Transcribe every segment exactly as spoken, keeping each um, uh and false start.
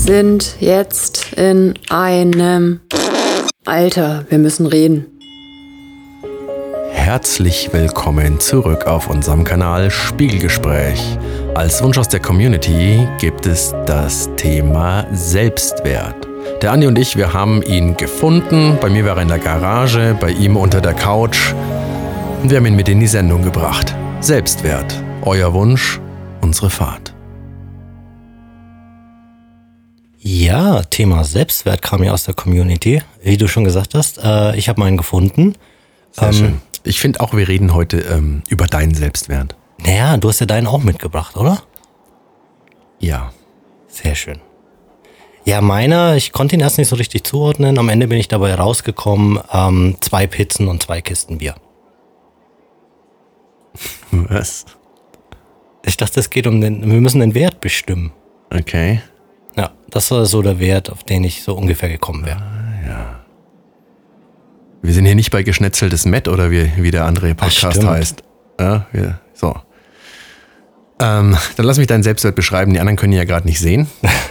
sind jetzt in einem... Alter, wir müssen reden. Herzlich willkommen zurück auf unserem Kanal Spiegelgespräch. Als Wunsch aus der Community gibt es das Thema Selbstwert. Der Andi und ich, wir haben ihn gefunden. Bei mir war er in der Garage, bei ihm unter der Couch. Und wir haben ihn mit in die Sendung gebracht. Selbstwert. Euer Wunsch, unsere Fahrt. Ja, Thema Selbstwert kam ja aus der Community. Wie du schon gesagt hast, äh, ich habe meinen gefunden. Sehr ähm, schön. Ich finde auch, wir reden heute ähm, über deinen Selbstwert. Naja, du hast ja deinen auch mitgebracht, oder? Ja. Sehr schön. Ja, meiner, ich konnte ihn erst nicht so richtig zuordnen. Am Ende bin ich dabei rausgekommen, ähm, zwei Pizzen und zwei Kisten Bier. Was? Ich dachte, es geht um den, wir müssen den Wert bestimmen. Okay. Ja, das war so der Wert, auf den ich so ungefähr gekommen wäre. Ah, ja. Wir sind hier nicht bei geschnetzeltes Met oder wie, wie der andere Podcast heißt. Ja, wir, so. Ähm, dann lass mich deinen Selbstwert beschreiben. Die anderen können ihn ja gerade nicht sehen.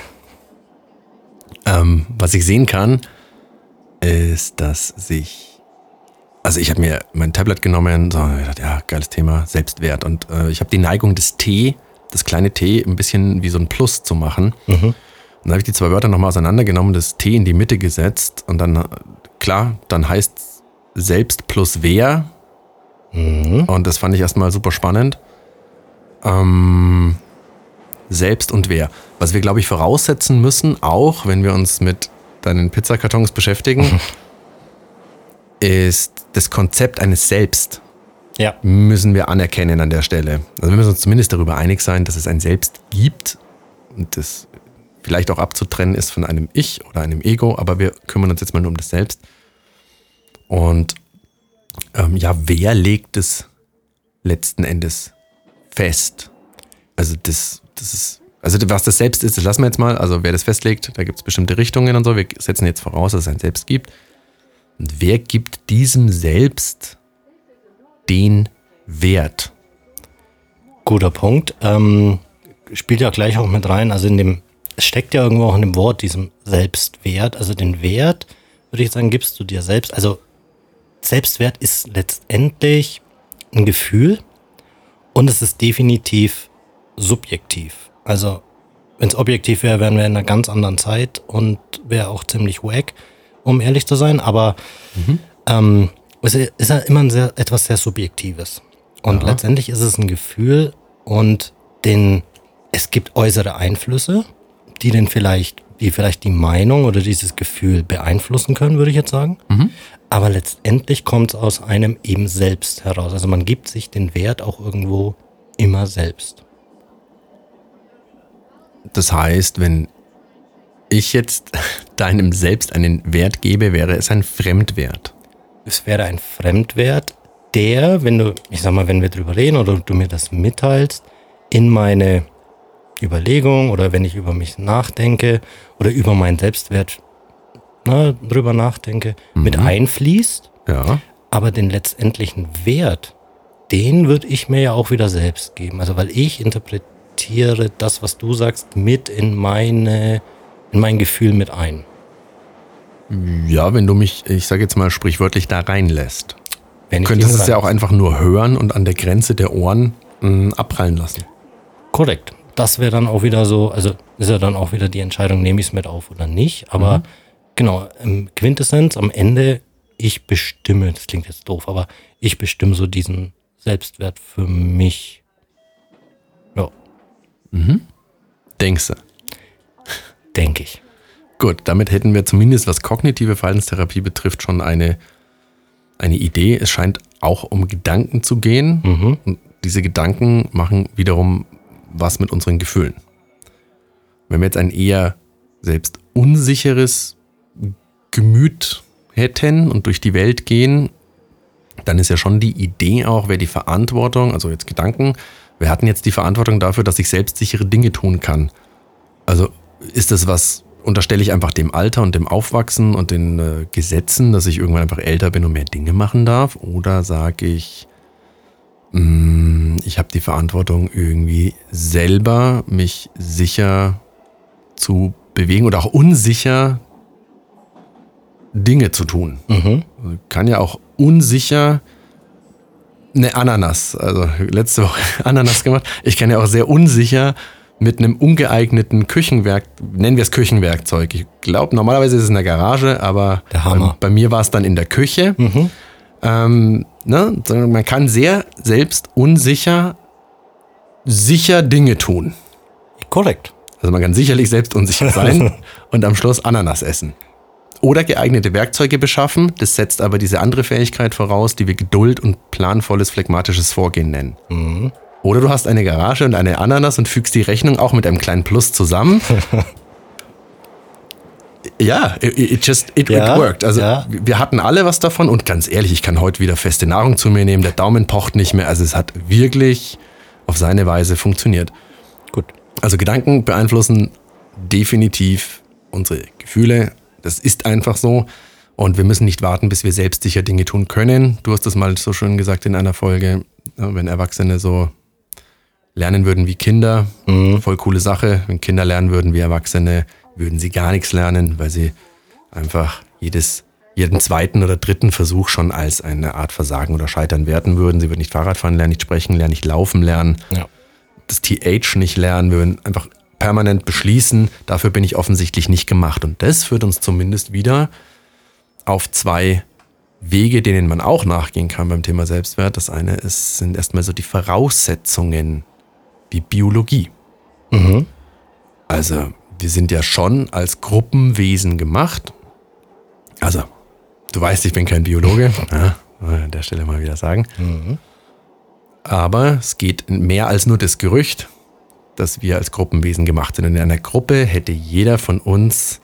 ähm, was ich sehen kann, ist, dass sich... Also ich habe mir mein Tablet genommen, so, ich dachte, ja, geiles Thema, Selbstwert. Und äh, ich habe die Neigung, das T, das kleine T, ein bisschen wie so ein Plus zu machen. Mhm. Und dann habe ich die zwei Wörter nochmal auseinandergenommen, das T in die Mitte gesetzt und dann, klar, dann heißt es selbst plus wer. Mhm. Und das fand ich erstmal super spannend. Ähm, selbst und wer. Was wir, glaube ich, voraussetzen müssen, auch wenn wir uns mit deinen Pizzakartons beschäftigen, mhm. ist das Konzept eines Selbst. Ja. Müssen wir anerkennen an der Stelle. Also wir müssen uns zumindest darüber einig sein, dass es ein Selbst gibt und das vielleicht auch abzutrennen ist von einem Ich oder einem Ego, aber wir kümmern uns jetzt mal nur um das Selbst. Und ähm, ja, wer legt es letzten Endes fest? Also das, das ist, also was das Selbst ist, das lassen wir jetzt mal. Also wer das festlegt, da gibt es bestimmte Richtungen und so. Wir setzen jetzt voraus, dass es ein Selbst gibt. Und wer gibt diesem Selbst den Wert? Guter Punkt. Ähm, spielt ja gleich auch mit rein. Also in dem, es steckt ja irgendwo auch in dem Wort, diesem Selbstwert. Also den Wert, würde ich sagen, gibst du dir selbst. Also Selbstwert ist letztendlich ein Gefühl und es ist definitiv subjektiv. Also wenn es objektiv wäre, wären wir in einer ganz anderen Zeit und wäre auch ziemlich wack, um ehrlich zu sein. Aber mhm. ähm, es ist ja immer ein sehr, etwas sehr Subjektives. Und ja. letztendlich ist es ein Gefühl und den, es gibt äußere Einflüsse, die den vielleicht, die vielleicht die Meinung oder dieses Gefühl beeinflussen können, würde ich jetzt sagen. Mhm. Aber letztendlich kommt es aus einem eben selbst heraus. Also man gibt sich den Wert auch irgendwo immer selbst. Das heißt, wenn ich jetzt deinem Selbst einen Wert gebe, wäre es ein Fremdwert. Es wäre ein Fremdwert, der, wenn du, ich sag mal, wenn wir drüber reden oder du mir das mitteilst, in meine Überlegung oder wenn ich über mich nachdenke oder über meinen Selbstwert ne, drüber nachdenke, mhm. mit einfließt. Ja. Aber den letztendlichen Wert, den würde ich mir ja auch wieder selbst geben. Also weil ich interpretiere das, was du sagst, mit in meine, in mein Gefühl mit ein. Ja, wenn du mich, ich sage jetzt mal sprichwörtlich, da reinlässt. Du könntest es ja auch einfach nur hören und an der Grenze der Ohren mh, abprallen lassen. Korrekt. Das wäre dann auch wieder so, also ist ja dann auch wieder die Entscheidung, nehme ich es mit auf oder nicht. Aber mhm. genau, im Quintessenz, am Ende, ich bestimme, das klingt jetzt doof, aber ich bestimme so diesen Selbstwert für mich. Ja. Mhm. Denkst du? Denke ich. Gut, damit hätten wir zumindest, was kognitive Verhaltenstherapie betrifft, schon eine, eine Idee. Es scheint auch um Gedanken zu gehen. Mhm. Und diese Gedanken machen wiederum was mit unseren Gefühlen. Wenn wir jetzt ein eher selbst unsicheres Gemüt hätten und durch die Welt gehen, dann ist ja schon die Idee auch, wer die Verantwortung, also jetzt Gedanken, wir hatten jetzt die Verantwortung dafür, dass ich selbstsichere Dinge tun kann. Also ist das was, unterstelle ich einfach dem Alter und dem Aufwachsen und den äh, Gesetzen, dass ich irgendwann einfach älter bin und mehr Dinge machen darf? Oder sage ich, mh, ich habe die Verantwortung irgendwie selber, mich sicher zu bewegen oder auch unsicher Dinge zu tun. Mhm. Kann ja auch unsicher eine Ananas, also letzte Woche Ananas gemacht. Ich kann ja auch sehr unsicher mit einem ungeeigneten Küchenwerk, nennen wir es Küchenwerkzeug. Ich glaube, normalerweise ist es in der Garage, aber der Hammer. Bei, bei mir war es dann in der Küche. Mhm. Ähm, ne? Man kann sehr selbst unsicher sicher Dinge tun. Korrekt. Also man kann sicherlich selbst unsicher sein und am Schluss Ananas essen. Oder geeignete Werkzeuge beschaffen. Das setzt aber diese andere Fähigkeit voraus, die wir Geduld und planvolles, phlegmatisches Vorgehen nennen. Mhm. Oder du hast eine Garage und eine Ananas und fügst die Rechnung auch mit einem kleinen Plus zusammen. Ja, it, it just, it, ja, it worked. Also ja. Wir hatten alle was davon und ganz ehrlich, ich kann heute wieder feste Nahrung zu mir nehmen, der Daumen pocht nicht mehr. Also es hat wirklich auf seine Weise funktioniert. Gut. Also Gedanken beeinflussen definitiv unsere Gefühle. Das ist einfach so. Und wir müssen nicht warten, bis wir selbstsicher Dinge tun können. Du hast das mal so schön gesagt in einer Folge, wenn Erwachsene so lernen würden wie Kinder, mhm. voll coole Sache. Wenn Kinder lernen würden wie Erwachsene, würden sie gar nichts lernen, weil sie einfach jedes, jeden zweiten oder dritten Versuch schon als eine Art Versagen oder Scheitern werten würden. Sie würden nicht Fahrrad fahren lernen, nicht sprechen lernen, nicht laufen lernen, ja. das T H nicht lernen, würden einfach permanent beschließen, dafür bin ich offensichtlich nicht gemacht. Und das führt uns zumindest wieder auf zwei Wege, denen man auch nachgehen kann beim Thema Selbstwert. Das eine ist, sind erstmal so die Voraussetzungen wie Biologie. Mhm. Also wir sind ja schon als Gruppenwesen gemacht. Also, du weißt, ich bin kein Biologe. Ja, an der Stelle mal wieder sagen. Mhm. Aber es geht mehr als nur das Gerücht, dass wir als Gruppenwesen gemacht sind. Und in einer Gruppe hätte jeder von uns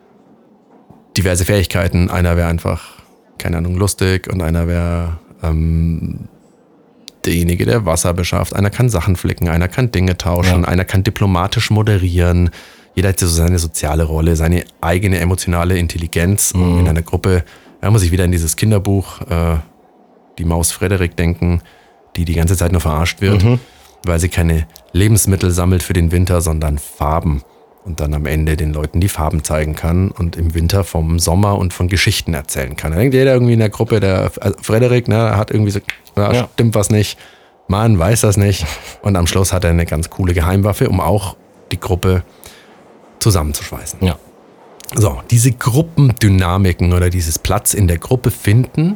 diverse Fähigkeiten. Einer wäre einfach, keine Ahnung, lustig und einer wäre ähm, derjenige, der Wasser beschafft. Einer kann Sachen flicken, einer kann Dinge tauschen, ja. einer kann diplomatisch moderieren. Jeder hat so seine soziale Rolle, seine eigene emotionale Intelligenz. Mhm. Und in einer Gruppe, da muss ich wieder in dieses Kinderbuch äh, Die Maus Frederik denken, die die ganze Zeit nur verarscht wird, mhm. weil sie keine Lebensmittel sammelt für den Winter, sondern Farben. Und dann am Ende den Leuten die Farben zeigen kann und im Winter vom Sommer und von Geschichten erzählen kann. Da denkt jeder irgendwie in der Gruppe, der also Frederik, ne, hat irgendwie so, na, ja. stimmt was nicht, man weiß das nicht. Und am Schluss hat er eine ganz coole Geheimwaffe, um auch die Gruppe zusammenzuschweißen. Ja. So, diese Gruppendynamiken oder dieses Platz in der Gruppe finden,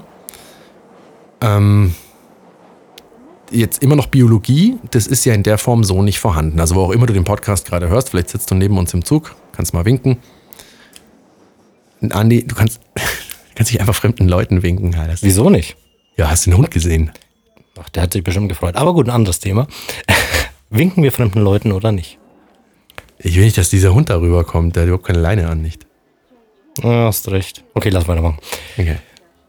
ähm, jetzt immer noch Biologie, das ist ja in der Form so nicht vorhanden. Also wo auch immer du den Podcast gerade hörst, vielleicht sitzt du neben uns im Zug, kannst mal winken. Andi, du kannst, kannst nicht einfach fremden Leuten winken. Das Wieso nicht? Ja, hast du den Hund gesehen? Ach, der hat sich bestimmt gefreut. Aber gut, ein anderes Thema. Winken wir fremden Leuten oder nicht? Ich will nicht, dass dieser Hund darüber kommt, der hat überhaupt keine Leine an, nicht? Ja, hast recht. Okay, lass weitermachen. Okay.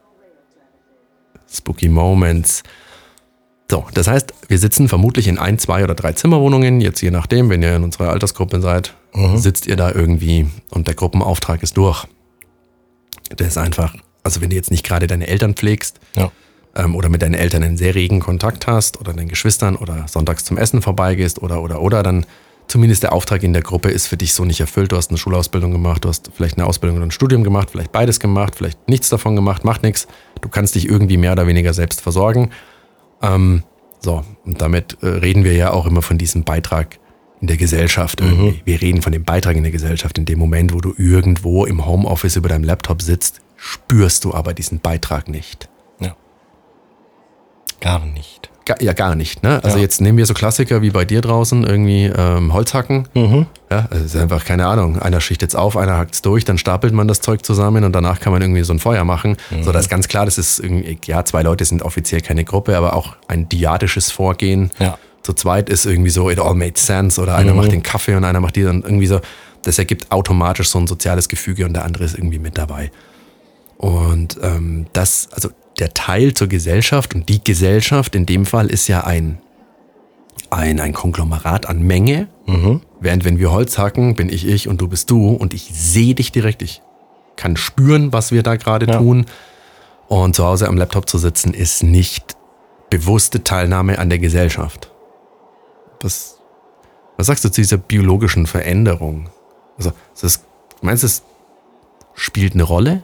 Spooky Moments. So, das heißt, wir sitzen vermutlich in ein, zwei oder drei Zimmerwohnungen, jetzt je nachdem, wenn ihr in unserer Altersgruppe seid, mhm. sitzt ihr da irgendwie und der Gruppenauftrag ist durch. Das ist einfach, also wenn du jetzt nicht gerade deine Eltern pflegst ja. ähm, oder mit deinen Eltern einen sehr regen Kontakt hast oder deinen Geschwistern oder sonntags zum Essen vorbeigehst oder, oder, oder, dann zumindest der Auftrag in der Gruppe ist für dich so nicht erfüllt. Du hast eine Schulausbildung gemacht, du hast vielleicht eine Ausbildung oder ein Studium gemacht, vielleicht beides gemacht, vielleicht nichts davon gemacht, macht nichts. Du kannst dich irgendwie mehr oder weniger selbst versorgen. Ähm, so, und damit äh, reden wir ja auch immer von diesem Beitrag in der Gesellschaft. Mhm. Wir reden von dem Beitrag in der Gesellschaft. In dem Moment, wo du irgendwo im Homeoffice über deinem Laptop sitzt, spürst du aber diesen Beitrag nicht. Ja. Gar nicht. Gar, ja, gar nicht. Ne? Also ja. jetzt nehmen wir so Klassiker wie bei dir draußen, irgendwie ähm, Holzhacken. Mhm. Ja, also ist einfach keine Ahnung. Einer schichtet es auf, einer hackt es durch, dann stapelt man das Zeug zusammen und danach kann man irgendwie so ein Feuer machen. Mhm. So, das ist ganz klar, das ist irgendwie, ja, zwei Leute sind offiziell keine Gruppe, aber auch ein dyadisches Vorgehen. Ja. Zu zweit ist irgendwie so, it all made sense oder einer mhm. macht den Kaffee und einer macht die dann irgendwie so. Das ergibt automatisch so ein soziales Gefüge und der andere ist irgendwie mit dabei. Und ähm, das, also der Teil zur Gesellschaft und die Gesellschaft in dem Fall ist ja ein, ein, ein Konglomerat an Menge. Mhm. Während wenn wir Holz hacken, bin ich ich und du bist du und ich sehe dich direkt. Ich kann spüren, was wir da gerade ja. tun. Und zu Hause am Laptop zu sitzen, ist nicht bewusste Teilnahme an der Gesellschaft. Was, was sagst du zu dieser biologischen Veränderung? Also, das, meinst du, es spielt eine Rolle?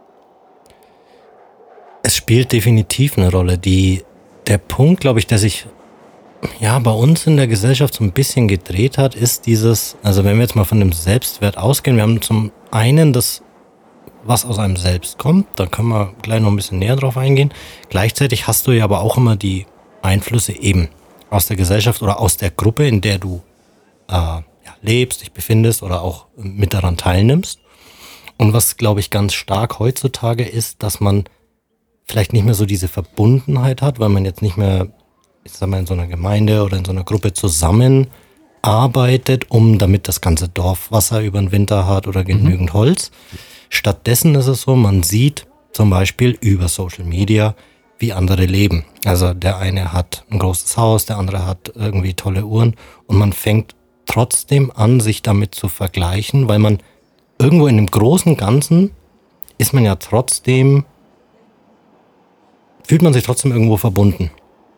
Es spielt definitiv eine Rolle. Die, der Punkt, glaube ich, der sich ja bei uns in der Gesellschaft so ein bisschen gedreht hat, ist dieses, also wenn wir jetzt mal von dem Selbstwert ausgehen, wir haben zum einen das, was aus einem selbst kommt, da können wir gleich noch ein bisschen näher drauf eingehen. Gleichzeitig hast du ja aber auch immer die Einflüsse eben aus der Gesellschaft oder aus der Gruppe, in der du äh, ja, lebst, dich befindest oder auch mit daran teilnimmst. Und was, glaube ich, ganz stark heutzutage ist, dass man vielleicht nicht mehr so diese Verbundenheit hat, weil man jetzt nicht mehr, ich sag mal, in so einer Gemeinde oder in so einer Gruppe zusammenarbeitet, um damit das ganze Dorf Wasser über den Winter hat oder genügend mhm. Holz. Stattdessen ist es so, man sieht zum Beispiel über Social Media, wie andere leben. Also der eine hat ein großes Haus, der andere hat irgendwie tolle Uhren und man fängt trotzdem an, sich damit zu vergleichen, weil man irgendwo in dem großen Ganzen ist man ja trotzdem, fühlt man sich trotzdem irgendwo verbunden.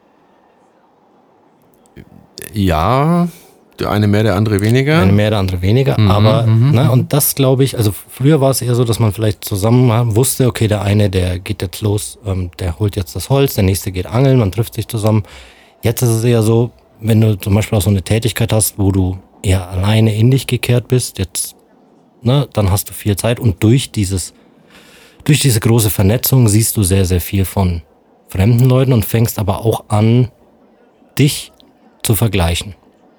Ja, der eine mehr, der andere weniger. Eine mehr, der andere weniger, mhm, aber, mhm, ne, und das glaube ich, also früher war es eher so, dass man vielleicht zusammen wusste, okay, der eine, der geht jetzt los, ähm, der holt jetzt das Holz, der nächste geht angeln, man trifft sich zusammen. Jetzt ist es eher so, wenn du zum Beispiel auch so eine Tätigkeit hast, wo du eher alleine in dich gekehrt bist, jetzt, ne, dann hast du viel Zeit und durch dieses, durch diese große Vernetzung siehst du sehr, sehr viel von fremden Leuten und fängst aber auch an, dich zu vergleichen.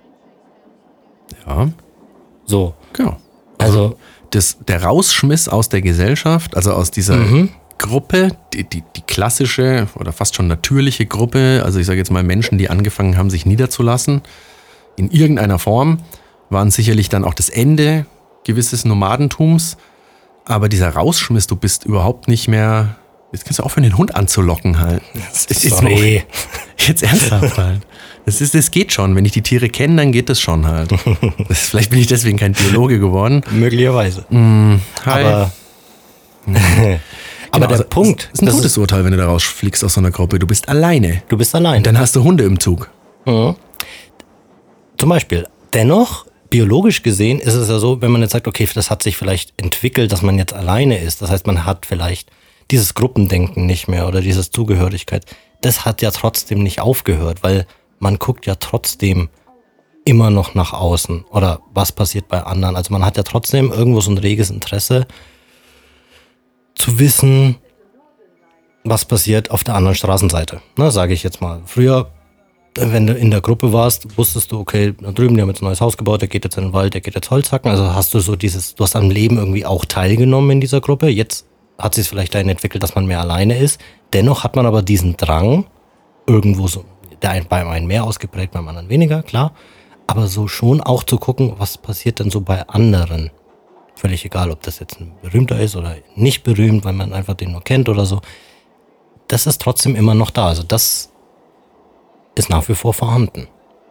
Ja. So. Genau. Also, also das, der Rausschmiss aus der Gesellschaft, also aus dieser mhm. Gruppe, die, die, die klassische oder fast schon natürliche Gruppe, also ich sage jetzt mal Menschen, die angefangen haben, sich niederzulassen, in irgendeiner Form, waren sicherlich dann auch das Ende gewisses Nomadentums. Aber dieser Rausschmiss, du bist überhaupt nicht mehr, jetzt kannst du aufhören, den Hund anzulocken halt. Das ist Sorry. So, jetzt ernsthaft halt. Das, ist, das geht schon. Wenn ich die Tiere kenne, dann geht das schon halt. Das, vielleicht bin ich deswegen kein Biologe geworden. Möglicherweise. Mm, hi. Aber, genau, aber der also, Punkt. Das ist ein Todesurteil, wenn du da rausfliegst aus so einer Gruppe. Du bist alleine. Du bist alleine. Und dann hast du Hunde im Zug. Mhm. Zum Beispiel. Dennoch, biologisch gesehen ist es ja so, wenn man jetzt sagt, okay, das hat sich vielleicht entwickelt, dass man jetzt alleine ist. Das heißt, man hat vielleicht dieses Gruppendenken nicht mehr oder dieses Zugehörigkeit. Das hat ja trotzdem nicht aufgehört, weil man guckt ja trotzdem immer noch nach außen oder was passiert bei anderen. Also man hat ja trotzdem irgendwo so ein reges Interesse zu wissen, was passiert auf der anderen Straßenseite. Ne, sage ich jetzt mal. Früher, wenn du in der Gruppe warst, wusstest du, okay, da drüben, die haben jetzt ein neues Haus gebaut, der geht jetzt in den Wald, der geht jetzt Holz hacken. Also hast du so dieses, du hast am Leben irgendwie auch teilgenommen in dieser Gruppe. Jetzt hat sich es vielleicht dahin entwickelt, dass man mehr alleine ist. Dennoch hat man aber diesen Drang, irgendwo so, der ein, beim einen mehr ausgeprägt, beim anderen weniger, klar. Aber so schon auch zu gucken, was passiert denn so bei anderen. Völlig egal, ob das jetzt ein berühmter ist oder nicht berühmt, weil man einfach den nur kennt oder so. Das ist trotzdem immer noch da. Also das ist nach wie vor vorhanden.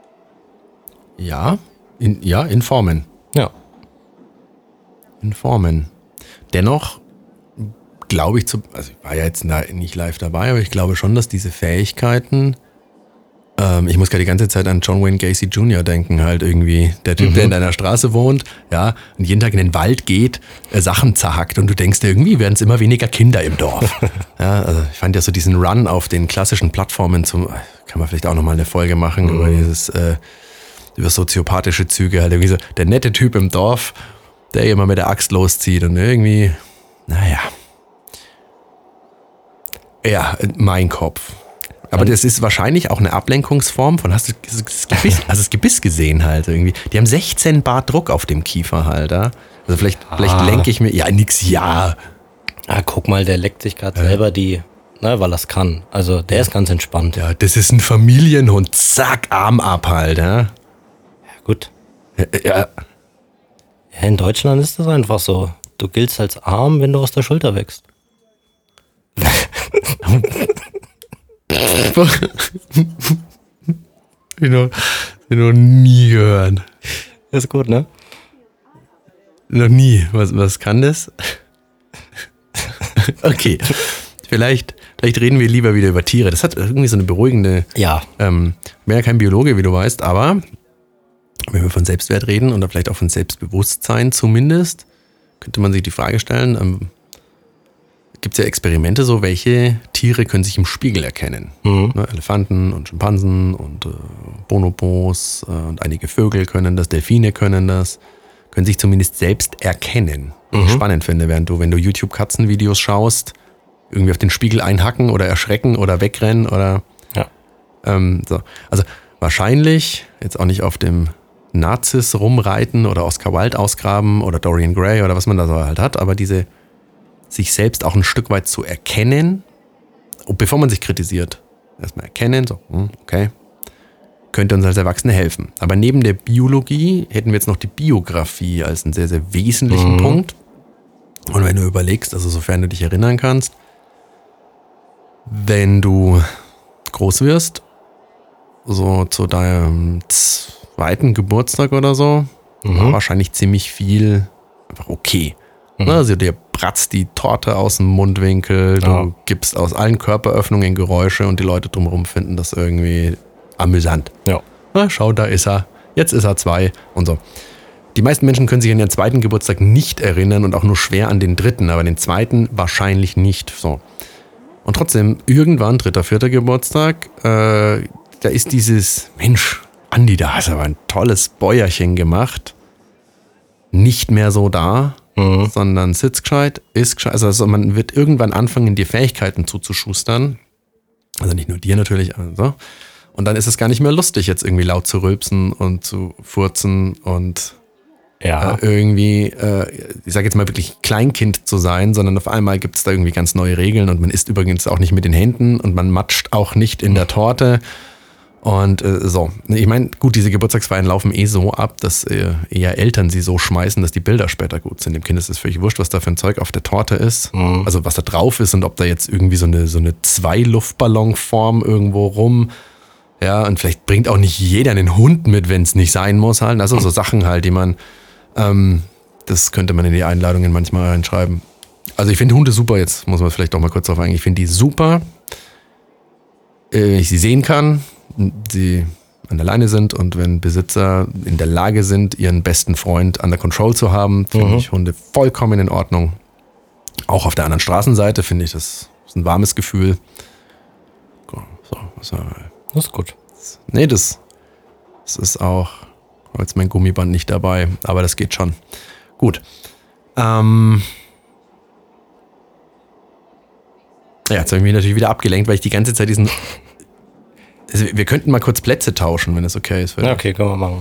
Ja, in, ja, in Formen. Ja. In Formen. Dennoch glaube ich, zu, also ich war ja jetzt nicht live dabei, aber ich glaube schon, dass diese Fähigkeiten, ähm, ich muss gerade die ganze Zeit an John Wayne Gacy Junior denken, halt irgendwie, der Typ, mhm. der in deiner Straße wohnt, ja, und jeden Tag in den Wald geht, äh, Sachen zerhackt und du denkst, irgendwie werden es immer weniger Kinder im Dorf. Ja, also ich fand ja so diesen Run auf den klassischen Plattformen zum, kann man vielleicht auch nochmal eine Folge machen, mhm. über dieses, äh, über soziopathische Züge, halt irgendwie so, der nette Typ im Dorf, der immer mit der Axt loszieht und irgendwie, naja. Ja, mein Kopf. Aber das ist wahrscheinlich auch eine Ablenkungsform von, hast du das Gebiss, also das Gebiss gesehen halt irgendwie. Die haben sechzehn Bar Druck auf dem Kiefer halt, ja? Also vielleicht, ah. vielleicht lenke ich mir, ja nix, ja. Ah, guck mal, der leckt sich gerade ja. selber die, ne, weil er es kann. Also der ist ganz entspannt. Ja, das ist ein Familienhund, zack, Arm ab halt, ja. Ja, gut. Ja, ja. Ja, in Deutschland ist das einfach so. Du giltst als arm, wenn du aus der Schulter wächst. ich noch, ich noch nie gehört. Das ist gut, ne? Noch nie. Was, was kann das? Okay. Vielleicht, vielleicht reden wir lieber wieder über Tiere. Das hat irgendwie so eine beruhigende. Ja. Ähm, ich bin ja kein Biologe, wie du weißt, aber wenn wir von Selbstwert reden oder vielleicht auch von Selbstbewusstsein zumindest, könnte man sich die Frage stellen, ähm, gibt es ja Experimente so, welche Tiere können sich im Spiegel erkennen? Mhm. Ne, Elefanten und Schimpansen und äh, Bonobos äh, und einige Vögel können das, Delfine können das, können sich zumindest selbst erkennen. Was ich spannend finde, während du, wenn du YouTube-Katzenvideos schaust, irgendwie auf den Spiegel einhacken oder erschrecken oder wegrennen oder Ja. ähm, so. Also wahrscheinlich jetzt auch nicht auf dem Nazis rumreiten oder Oscar Wilde ausgraben oder Dorian Gray oder was man da so halt hat, aber diese sich selbst auch ein Stück weit zu erkennen, bevor man sich kritisiert, erstmal erkennen, so, okay, könnte uns als Erwachsene helfen. Aber neben der Biologie hätten wir jetzt noch die Biografie als einen sehr, sehr wesentlichen Mhm. Punkt. Und wenn du überlegst, also sofern du dich erinnern kannst, wenn du groß wirst, so zu deinem zweiten Geburtstag oder so, Mhm. war wahrscheinlich ziemlich viel einfach okay. Mhm. Also dir pratzt die Torte aus dem Mundwinkel, du Ja. gibst aus allen Körperöffnungen Geräusche und die Leute drumherum finden das irgendwie amüsant. Ja. Na, schau, da ist er. Jetzt ist er zwei und so. Die meisten Menschen können sich an ihren zweiten Geburtstag nicht erinnern und auch nur schwer an den dritten, aber den zweiten wahrscheinlich nicht. So. Und trotzdem, irgendwann, dritter, vierter Geburtstag, äh, da ist dieses, Mensch, Andi, da hast du aber ein tolles Bäuerchen gemacht. Nicht mehr so da, Mhm. sondern sitzt gescheit, ist gescheit. Also man wird irgendwann anfangen, dir Fähigkeiten zuzuschustern. Also nicht nur dir natürlich, also. Und dann ist es gar nicht mehr lustig, jetzt irgendwie laut zu rülpsen und zu furzen und Ja. äh, irgendwie, äh, ich sage jetzt mal wirklich Kleinkind zu sein, sondern auf einmal gibt es da irgendwie ganz neue Regeln und man isst übrigens auch nicht mit den Händen und man matscht auch nicht in der Torte. Und äh, so, ich meine, gut, diese Geburtstagsfeiern laufen eh so ab, dass äh, eher Eltern sie so schmeißen, dass die Bilder später gut sind. Dem Kind ist es völlig wurscht, was da für ein Zeug auf der Torte ist. Mhm. Also was da drauf ist und ob da jetzt irgendwie so eine, so eine Zwei-Luftballon-Form irgendwo rum. Ja, und vielleicht bringt auch nicht jeder einen Hund mit, wenn es nicht sein muss halt. Also so Sachen halt, die man, ähm, das könnte man in die Einladungen manchmal reinschreiben. Also ich finde Hunde super, jetzt muss man vielleicht doch mal kurz drauf eingehen. Ich finde die super, äh, wenn ich sie sehen kann, sie an der Leine sind und wenn Besitzer in der Lage sind, ihren besten Freund under control zu haben, finde Mhm. ich Hunde vollkommen in Ordnung. Auch auf der anderen Straßenseite finde ich, das ist ein warmes Gefühl. So, was war Das ist gut. Nee, das, das ist auch, habe jetzt mein Gummiband nicht dabei, aber das geht schon. Gut. Ähm, ja, jetzt habe ich mich natürlich wieder abgelenkt, weil ich die ganze Zeit diesen... Also wir könnten mal kurz Plätze tauschen, wenn es okay ist. Für Ja, dich. okay, können wir machen.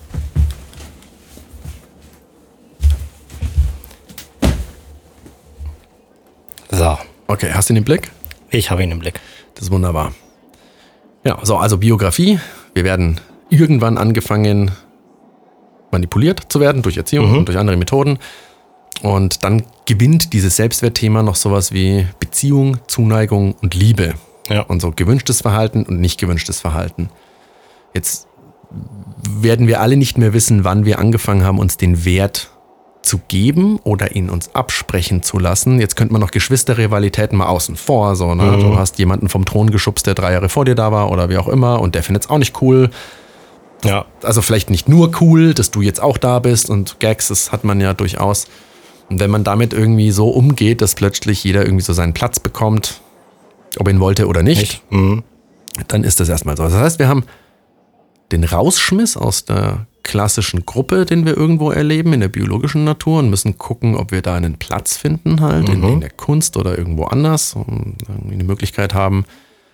So, Okay, hast du den Blick? ich habe ihn im Blick. Das ist wunderbar. Ja, so, also Biografie. Wir werden irgendwann angefangen, manipuliert zu werden durch Erziehung Mhm. und durch andere Methoden. Und dann gewinnt dieses Selbstwertthema noch sowas wie Beziehung, Zuneigung und Liebe. Ja. Und so gewünschtes Verhalten und nicht gewünschtes Verhalten. Jetzt werden wir alle nicht mehr wissen, wann wir angefangen haben, uns den Wert zu geben oder ihn uns absprechen zu lassen. Jetzt könnte man noch Geschwisterrivalitäten mal außen vor. So, ne? Mhm. Du hast jemanden vom Thron geschubst, der drei Jahre vor dir da war oder wie auch immer und der findet es auch nicht cool. Ja. Also vielleicht nicht nur cool, dass du jetzt auch da bist und Gags, das hat man ja durchaus. Und wenn man damit irgendwie so umgeht, dass plötzlich jeder irgendwie so seinen Platz bekommt, ob er ihn wollte oder nicht, Echt? Mhm. dann ist das erstmal so. Das heißt, wir haben den Rausschmiss aus der klassischen Gruppe, den wir irgendwo erleben in der biologischen Natur und müssen gucken, ob wir da einen Platz finden halt in, Mhm. in der Kunst oder irgendwo anders und irgendwie eine Möglichkeit haben,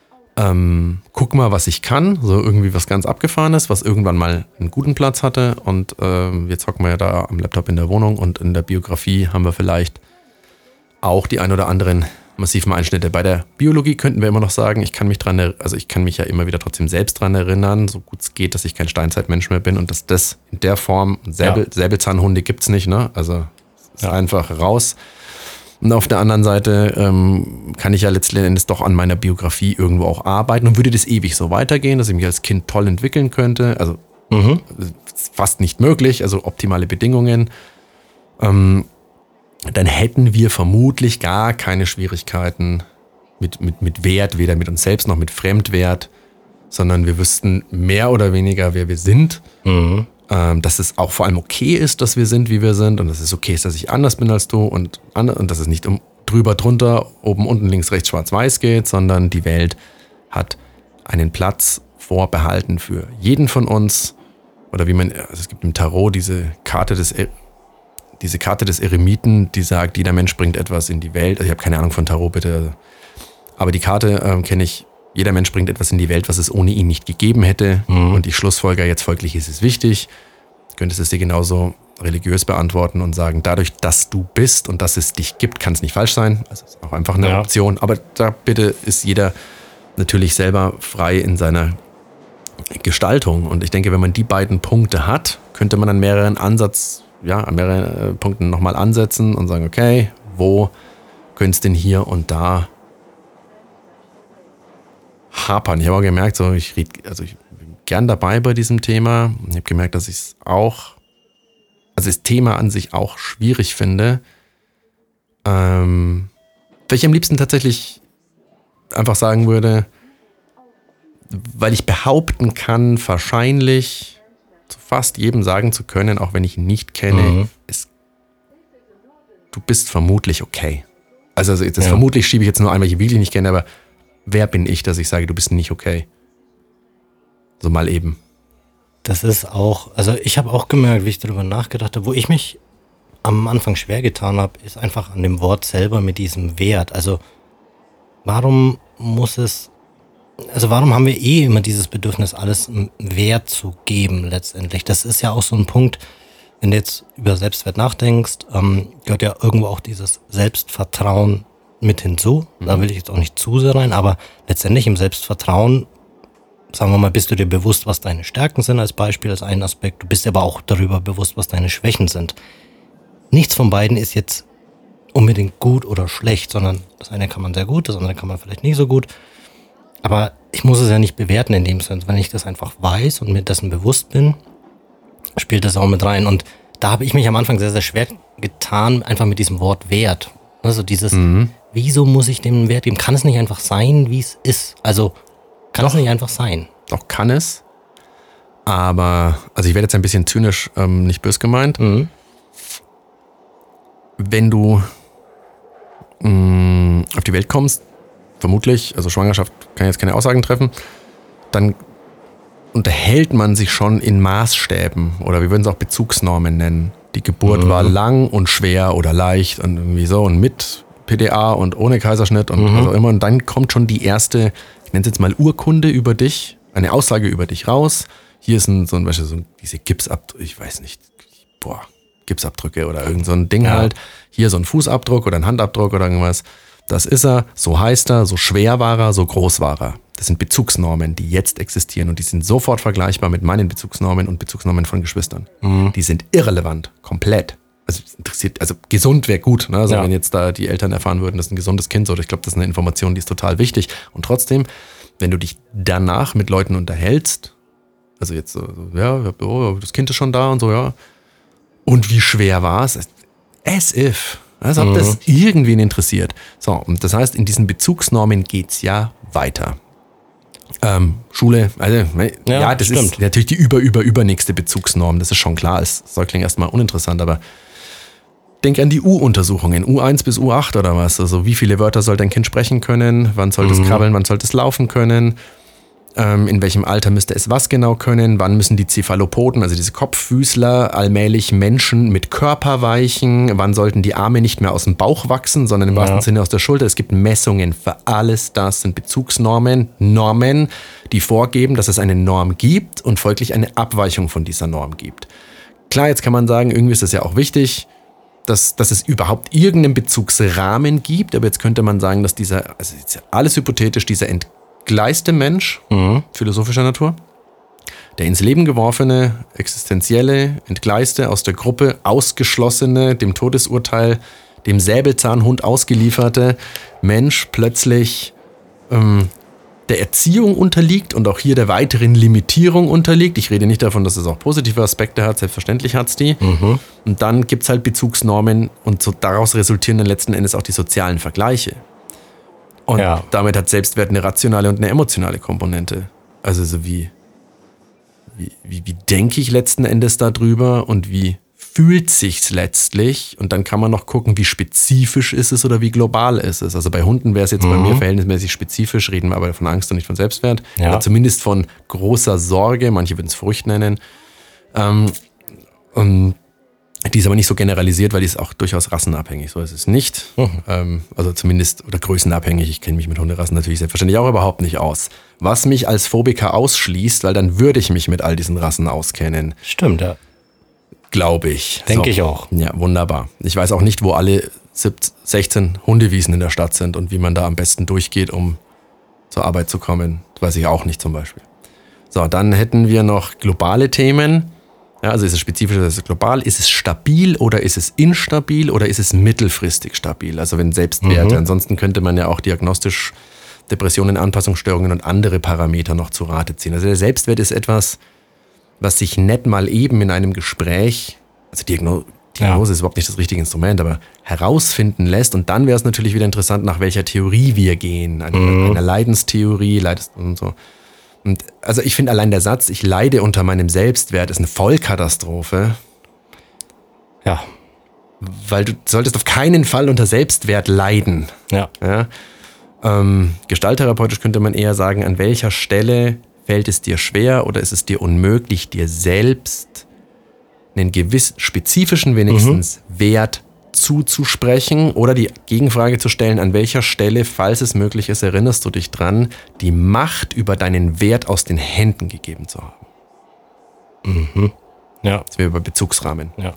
ähm, guck mal, was ich kann, so irgendwie was ganz Abgefahrenes, was irgendwann mal einen guten Platz hatte und ähm, jetzt hocken wir ja da am Laptop in der Wohnung und in der Biografie haben wir vielleicht auch die ein oder anderen massiven Einschnitte. Bei der Biologie könnten wir immer noch sagen, ich kann mich dran, er- also ich kann mich ja immer wieder trotzdem selbst dran erinnern, so gut es geht, dass ich kein Steinzeitmensch mehr bin und dass das in der Form, Säbel, Säbelzahnhunde gibt's nicht, ne? Also es ist Ja. einfach raus. Und auf der anderen Seite ähm, kann ich ja letzten Endes doch an meiner Biografie irgendwo auch arbeiten und würde das ewig so weitergehen, dass ich mich als Kind toll entwickeln könnte. Also Mhm. ist fast nicht möglich, also optimale Bedingungen. Ähm, dann hätten wir vermutlich gar keine Schwierigkeiten mit, mit, mit Wert, weder mit uns selbst noch mit Fremdwert, sondern wir wüssten mehr oder weniger, wer wir sind. Mhm. ähm, dass es auch vor allem okay ist, dass wir sind, wie wir sind und dass es okay ist, dass ich anders bin als du und, und dass es nicht um drüber, drunter, oben, unten, links, rechts, schwarz, weiß geht, sondern die Welt hat einen Platz vorbehalten für jeden von uns oder wie man, also es gibt im Tarot diese Karte des diese Karte des Eremiten, die sagt, jeder Mensch bringt etwas in die Welt. Also ich habe keine Ahnung von Tarot, bitte. Aber die Karte ähm, kenne ich. Jeder Mensch bringt etwas in die Welt, was es ohne ihn nicht gegeben hätte. Mhm. Und die Schlussfolger, jetzt folglich ist es wichtig. Du könntest es dir genauso religiös beantworten und sagen, dadurch, dass du bist und dass es dich gibt, kann es nicht falsch sein. Also ist auch einfach eine ja. Option. Aber da bitte ist jeder natürlich selber frei in seiner Gestaltung. Und ich denke, wenn man die beiden Punkte hat, könnte man an mehreren Ansatz ja, an mehreren Punkten nochmal ansetzen und sagen, okay, wo könnte es denn hier und da hapern? Ich habe auch gemerkt, so ich rede, also ich bin gern dabei bei diesem Thema. Ich habe gemerkt, dass ich es auch, also das Thema an sich auch schwierig finde. Ähm, weil ich am liebsten tatsächlich einfach sagen würde, weil ich behaupten kann, wahrscheinlich zu fast jedem sagen zu können, auch wenn ich ihn nicht kenne, mhm. ist, du bist vermutlich okay. Also das ja. vermutlich schiebe ich jetzt nur ein, weil ich ihn wirklich nicht kenne, aber wer bin ich, dass ich sage, du bist nicht okay? So mal eben. Das ist auch, also ich habe auch gemerkt, wie ich darüber nachgedacht habe, wo ich mich am Anfang schwer getan habe, ist einfach an dem Wort selber mit diesem Wert. Also warum muss es Also warum haben wir eh immer dieses Bedürfnis, alles einen Wert zu geben letztendlich? Das ist ja auch so ein Punkt, wenn du jetzt über Selbstwert nachdenkst, ähm, gehört ja irgendwo auch dieses Selbstvertrauen mit hinzu. Mhm. Da will ich jetzt auch nicht zu sehr rein, aber letztendlich im Selbstvertrauen, sagen wir mal, bist du dir bewusst, was deine Stärken sind als Beispiel, als ein Aspekt. Du bist aber auch darüber bewusst, was deine Schwächen sind. Nichts von beiden ist jetzt unbedingt gut oder schlecht, sondern das eine kann man sehr gut, das andere kann man vielleicht nicht so gut. Aber ich muss es ja nicht bewerten in dem Sinne. Wenn ich das einfach weiß und mir dessen bewusst bin, spielt das auch mit rein. Und da habe ich mich am Anfang sehr, sehr schwer getan, einfach mit diesem Wort Wert. Also dieses, mhm. wieso muss ich dem einen Wert geben? Kann es nicht einfach sein, wie es ist? Also kann doch, es nicht einfach sein? Doch, kann es. Aber, also ich werde jetzt ein bisschen zynisch, ähm, nicht bös gemeint. Mhm. Wenn du mh, auf die Welt kommst, vermutlich, also Schwangerschaft kann jetzt keine Aussagen treffen, dann unterhält man sich schon in Maßstäben oder wir würden es auch Bezugsnormen nennen. Die Geburt mhm. war lang und schwer oder leicht und irgendwie so und mit P D A und ohne Kaiserschnitt und mhm. was auch immer. Und dann kommt schon die erste, ich nenne es jetzt mal Urkunde über dich, eine Aussage über dich raus. Hier ist ein, so ein, weißt du, so diese Gipsabdrücke, ich weiß nicht, boah, Gipsabdrücke oder irgend so ein Ding ja. halt. Hier so ein Fußabdruck oder ein Handabdruck oder irgendwas. Das ist er, so heißt er, so schwer war er, so groß war er. Das sind Bezugsnormen, die jetzt existieren und die sind sofort vergleichbar mit meinen Bezugsnormen und Bezugsnormen von Geschwistern. Mhm. Die sind irrelevant, komplett. Also interessiert, also gesund wäre gut, ne? Also ja. wenn jetzt da die Eltern erfahren würden, das ist ein gesundes Kind, oder ich glaube, das ist eine Information, die ist total wichtig. Und trotzdem, wenn du dich danach mit Leuten unterhältst, also jetzt so, ja, oh, das Kind ist schon da und so, ja. Und wie schwer war es? As if. Als ob mhm. das irgendwen interessiert. So, und das heißt, in diesen Bezugsnormen geht's ja weiter. Ähm, Schule, also ja, ja das stimmt. Ist natürlich die über, über, übernächste Bezugsnorm, das ist schon klar. Als Säugling erstmal uninteressant, aber denk an die U-Untersuchungen, U eins bis U acht oder was. Also wie viele Wörter soll dein Kind sprechen können, wann soll es mhm. krabbeln, wann soll es laufen können, ähm, in welchem Alter müsste es was genau können, wann müssen die Cephalopoden, also diese Kopffüßler, allmählich Menschen mit Körper weichen, wann sollten die Arme nicht mehr aus dem Bauch wachsen, sondern im ja. wahrsten Sinne aus der Schulter. Es gibt Messungen für alles, das sind Bezugsnormen, Normen, die vorgeben, dass es eine Norm gibt und folglich eine Abweichung von dieser Norm gibt. Klar, jetzt kann man sagen, irgendwie ist das ja auch wichtig, dass, dass es überhaupt irgendeinen Bezugsrahmen gibt, aber jetzt könnte man sagen, dass dieser, also jetzt ja alles hypothetisch, dieser entgleiste Mensch, mhm. philosophischer Natur, der ins Leben geworfene, existenzielle, entgleiste, aus der Gruppe ausgeschlossene, dem Todesurteil, dem Säbelzahnhund ausgelieferte Mensch plötzlich ähm, der Erziehung unterliegt und auch hier der weiteren Limitierung unterliegt. Ich rede nicht davon, dass es auch positive Aspekte hat, selbstverständlich hat es die. Mhm. Und dann gibt es halt Bezugsnormen und so daraus resultieren dann letzten Endes auch die sozialen Vergleiche. Und ja. damit hat Selbstwert eine rationale und eine emotionale Komponente. Also so wie, wie, wie, wie denke ich letzten Endes darüber und wie fühlt sich's letztlich? Und dann kann man noch gucken, wie spezifisch ist es oder wie global ist es. Also bei Hunden wäre es jetzt mhm. bei mir verhältnismäßig spezifisch, reden wir aber von Angst und nicht von Selbstwert. Ja. Oder zumindest von großer Sorge, manche würden es Furcht nennen. Ähm, und die ist aber nicht so generalisiert, weil die ist auch durchaus rassenabhängig. So ist es nicht. Mhm. Ähm, also zumindest, oder größenabhängig. Ich kenne mich mit Hunderassen natürlich selbstverständlich auch überhaupt nicht aus. Was mich als Phobiker ausschließt, weil dann würde ich mich mit all diesen Rassen auskennen. Stimmt, ja. Glaube ich. Denke so. ich auch. Ja, wunderbar. Ich weiß auch nicht, wo alle siebzehn, sechzehn Hundewiesen in der Stadt sind und wie man da am besten durchgeht, um zur Arbeit zu kommen. Das weiß ich auch nicht zum Beispiel. So, dann hätten wir noch globale Themen. Ja, also ist es spezifisch oder ist es global? Ist es stabil oder ist es instabil oder ist es mittelfristig stabil? Also wenn Selbstwerte. Mhm. Ansonsten könnte man ja auch diagnostisch Depressionen, Anpassungsstörungen und andere Parameter noch zu Rate ziehen. Also der Selbstwert ist etwas, was sich nicht mal eben in einem Gespräch, also Diagno- Diagnose ja. ist überhaupt nicht das richtige Instrument, aber herausfinden lässt. Und dann wäre es natürlich wieder interessant, nach welcher Theorie wir gehen. Eine, mhm. eine Leidenstheorie, Leidens und so. Und also ich finde allein der Satz, ich leide unter meinem Selbstwert, ist eine Vollkatastrophe. Ja. Weil du solltest auf keinen Fall unter Selbstwert leiden. Ja. ja? Ähm, gestalttherapeutisch könnte man eher sagen, an welcher Stelle fällt es dir schwer oder ist es dir unmöglich, dir selbst einen gewiss spezifischen wenigstens mhm. Wert zuzusprechen oder die Gegenfrage zu stellen, an welcher Stelle, falls es möglich ist, erinnerst du dich dran, die Macht über deinen Wert aus den Händen gegeben zu haben. Mhm. Ja. Das wäre über Bezugsrahmen. Ja.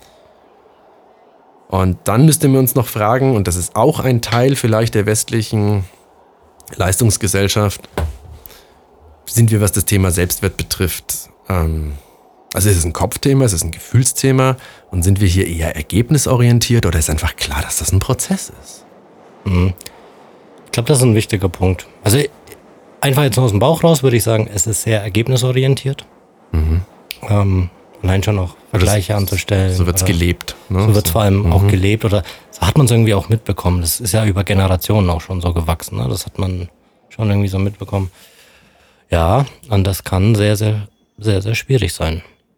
Und dann müssten wir uns noch fragen, und das ist auch ein Teil vielleicht der westlichen Leistungsgesellschaft, sind wir, was das Thema Selbstwert betrifft, ähm, also ist es ein Kopfthema, ist es ein Gefühlsthema und sind wir hier eher ergebnisorientiert oder ist einfach klar, dass das ein Prozess ist? Mhm. Ich glaube, das ist ein wichtiger Punkt. Also einfach jetzt nur aus dem Bauch raus würde ich sagen, es ist sehr ergebnisorientiert. Mhm. Ähm, allein schon auch Vergleiche das, anzustellen. So wird es gelebt. Ne? So wird es vor allem mhm. auch gelebt oder so hat man es irgendwie auch mitbekommen. Das ist ja über Generationen auch schon so gewachsen. Ne? Das hat man schon irgendwie so mitbekommen. Ja, und das kann sehr, sehr, sehr, sehr schwierig sein.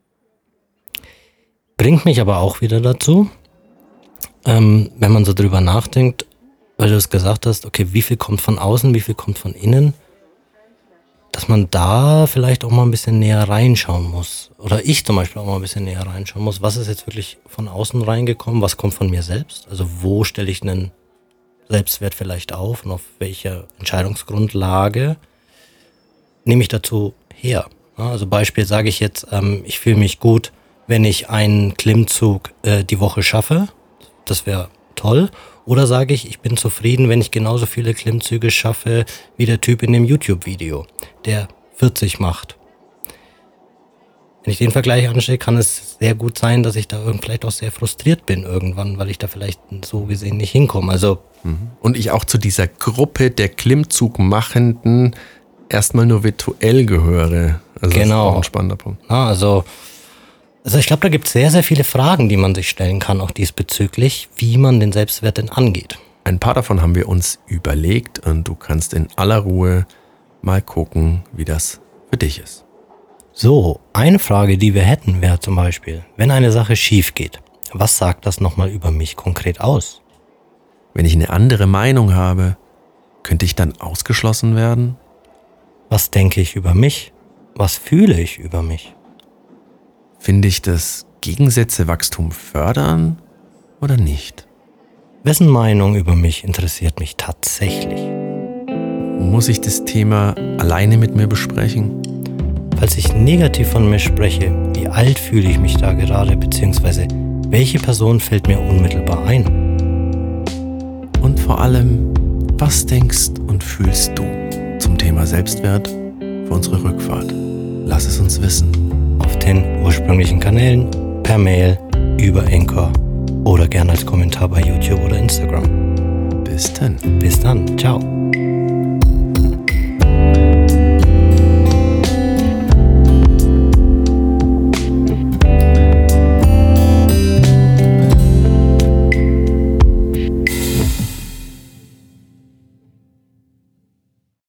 Bringt mich aber auch wieder dazu, ähm, wenn man so drüber nachdenkt, weil du es gesagt hast, okay, wie viel kommt von außen, wie viel kommt von innen, dass man da vielleicht auch mal ein bisschen näher reinschauen muss. Oder ich zum Beispiel auch mal ein bisschen näher reinschauen muss. Was ist jetzt wirklich von außen reingekommen? Was kommt von mir selbst? Also wo stelle ich einen Selbstwert vielleicht auf und auf welcher Entscheidungsgrundlage nehme ich dazu her? Also Beispiel sage ich jetzt, ähm, ich fühle mich gut, wenn ich einen Klimmzug äh, die Woche schaffe. Das wäre toll. Oder sage ich, ich bin zufrieden, wenn ich genauso viele Klimmzüge schaffe wie der Typ in dem YouTube-Video, der vierzig macht. Wenn ich den Vergleich anstelle, kann es sehr gut sein, dass ich da vielleicht auch sehr frustriert bin irgendwann, weil ich da vielleicht so gesehen nicht hinkomme. Also und ich auch zu dieser Gruppe der Klimmzugmachenden erstmal nur virtuell gehöre. Also genau. Das ist auch ein spannender Punkt. Ja, also, also ich glaube, da gibt es sehr, sehr viele Fragen, die man sich stellen kann, auch diesbezüglich, wie man den Selbstwert denn angeht. Ein paar davon haben wir uns überlegt und du kannst in aller Ruhe mal gucken, wie das für dich ist. So, eine Frage, die wir hätten, wäre zum Beispiel, wenn eine Sache schief geht, was sagt das nochmal über mich konkret aus? Wenn ich eine andere Meinung habe, könnte ich dann ausgeschlossen werden? Was denke ich über mich? Was fühle ich über mich? Finde ich, dass Gegensätze Wachstum fördern oder nicht? Wessen Meinung über mich interessiert mich tatsächlich? Muss ich das Thema alleine mit mir besprechen? Falls ich negativ von mir spreche, wie alt fühle ich mich da gerade, beziehungsweise welche Person fällt mir unmittelbar ein? Und vor allem, was denkst und fühlst du zum Thema Selbstwert für unsere Rückfahrt? Lass es uns wissen. Auf den ursprünglichen Kanälen, per Mail, über Anchor oder gerne als Kommentar bei YouTube oder Instagram. Bis dann. Bis dann. Ciao.